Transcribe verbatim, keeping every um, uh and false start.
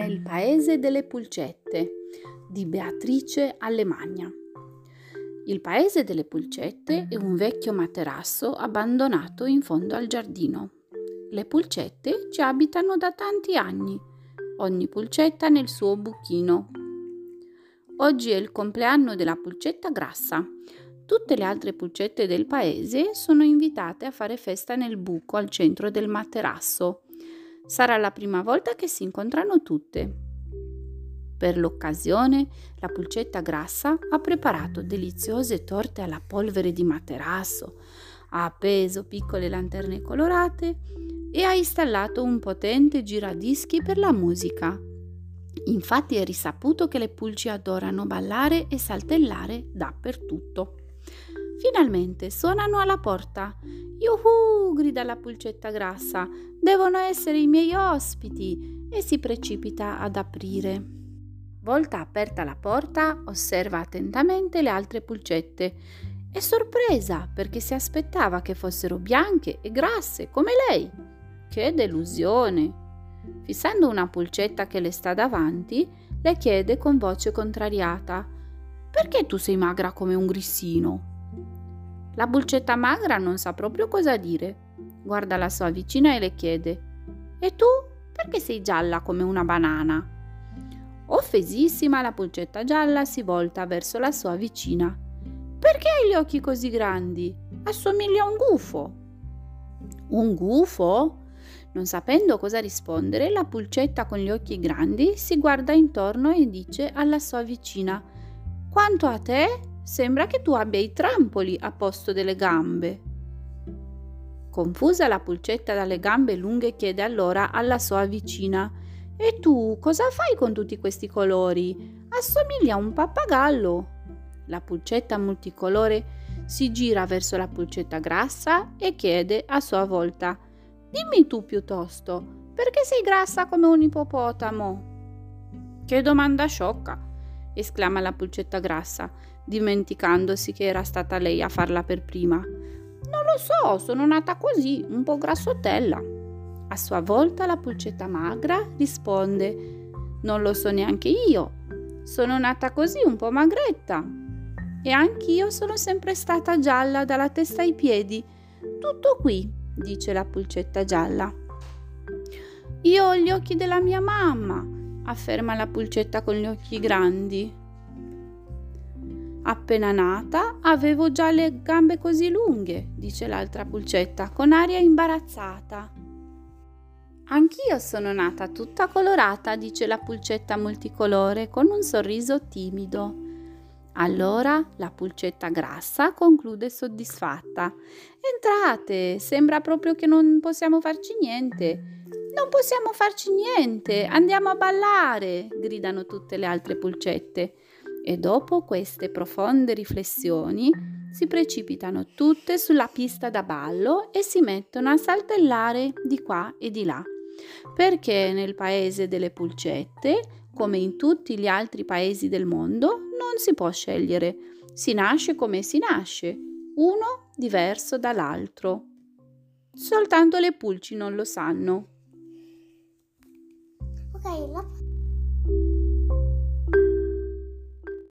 Nel paese delle pulcette di Beatrice Alemagna. Il paese delle pulcette è un vecchio materasso abbandonato in fondo al giardino. Le pulcette ci abitano da tanti anni, ogni pulcetta nel suo buchino. Oggi è il compleanno della pulcetta grassa. Tutte le altre pulcette del paese sono invitate a fare festa nel buco al centro del materasso. Sarà la prima volta che si incontrano tutte. Per l'occasione, la pulcetta grassa ha preparato deliziose torte alla polvere di materasso, ha appeso piccole lanterne colorate e ha installato un potente giradischi per la musica. Infatti è risaputo che le pulci adorano ballare e saltellare dappertutto. Finalmente suonano alla porta. Yuhu! Grida la pulcetta grassa. Devono essere i miei ospiti! E si precipita ad aprire. Volta aperta la porta, osserva attentamente le altre pulcette. È sorpresa perché si aspettava che fossero bianche e grasse come lei. Che delusione! Fissando una pulcetta che le sta davanti, le chiede con voce contrariata: «Perché tu sei magra come un grissino?» La pulcetta magra non sa proprio cosa dire. Guarda la sua vicina e le chiede: «E tu? Perché sei gialla come una banana?» Offesissima, la pulcetta gialla si volta verso la sua vicina. «Perché hai gli occhi così grandi? Assomigli a un gufo!» «Un gufo?» Non sapendo cosa rispondere, la pulcetta con gli occhi grandi si guarda intorno e dice alla sua vicina: «Quanto a te, sembra che tu abbia i trampoli a posto delle gambe». Confusa, la pulcetta dalle gambe lunghe chiede allora alla sua vicina: «E tu cosa fai con tutti questi colori? Assomigli a un pappagallo». La pulcetta multicolore si gira verso la pulcetta grassa e chiede a sua volta: «Dimmi tu piuttosto, perché sei grassa come un ippopotamo?» «Che domanda sciocca!» esclama la pulcetta grassa, dimenticandosi che era stata lei a farla per prima. «Non lo so, sono nata così, un po' grassottella». A sua volta la pulcetta magra risponde: «Non lo so neanche io, sono nata così, un po' magretta. E anch'io sono sempre stata gialla dalla testa ai piedi. Tutto qui», dice la pulcetta gialla. «Io ho gli occhi della mia mamma», afferma la pulcetta con gli occhi grandi. «Appena nata avevo già le gambe così lunghe», dice l'altra pulcetta con aria imbarazzata. «Anch'io sono nata tutta colorata», dice la pulcetta multicolore con un sorriso timido. Allora la pulcetta grassa conclude soddisfatta: «Entrate, sembra proprio che non possiamo farci niente». «Non possiamo farci niente, andiamo a ballare», gridano tutte le altre pulcette. E dopo queste profonde riflessioni si precipitano tutte sulla pista da ballo e si mettono a saltellare di qua e di là. Perché nel paese delle pulcette, come in tutti gli altri paesi del mondo, non si può scegliere. Si nasce come si nasce, uno diverso dall'altro. Soltanto le pulci non lo sanno. Ok, la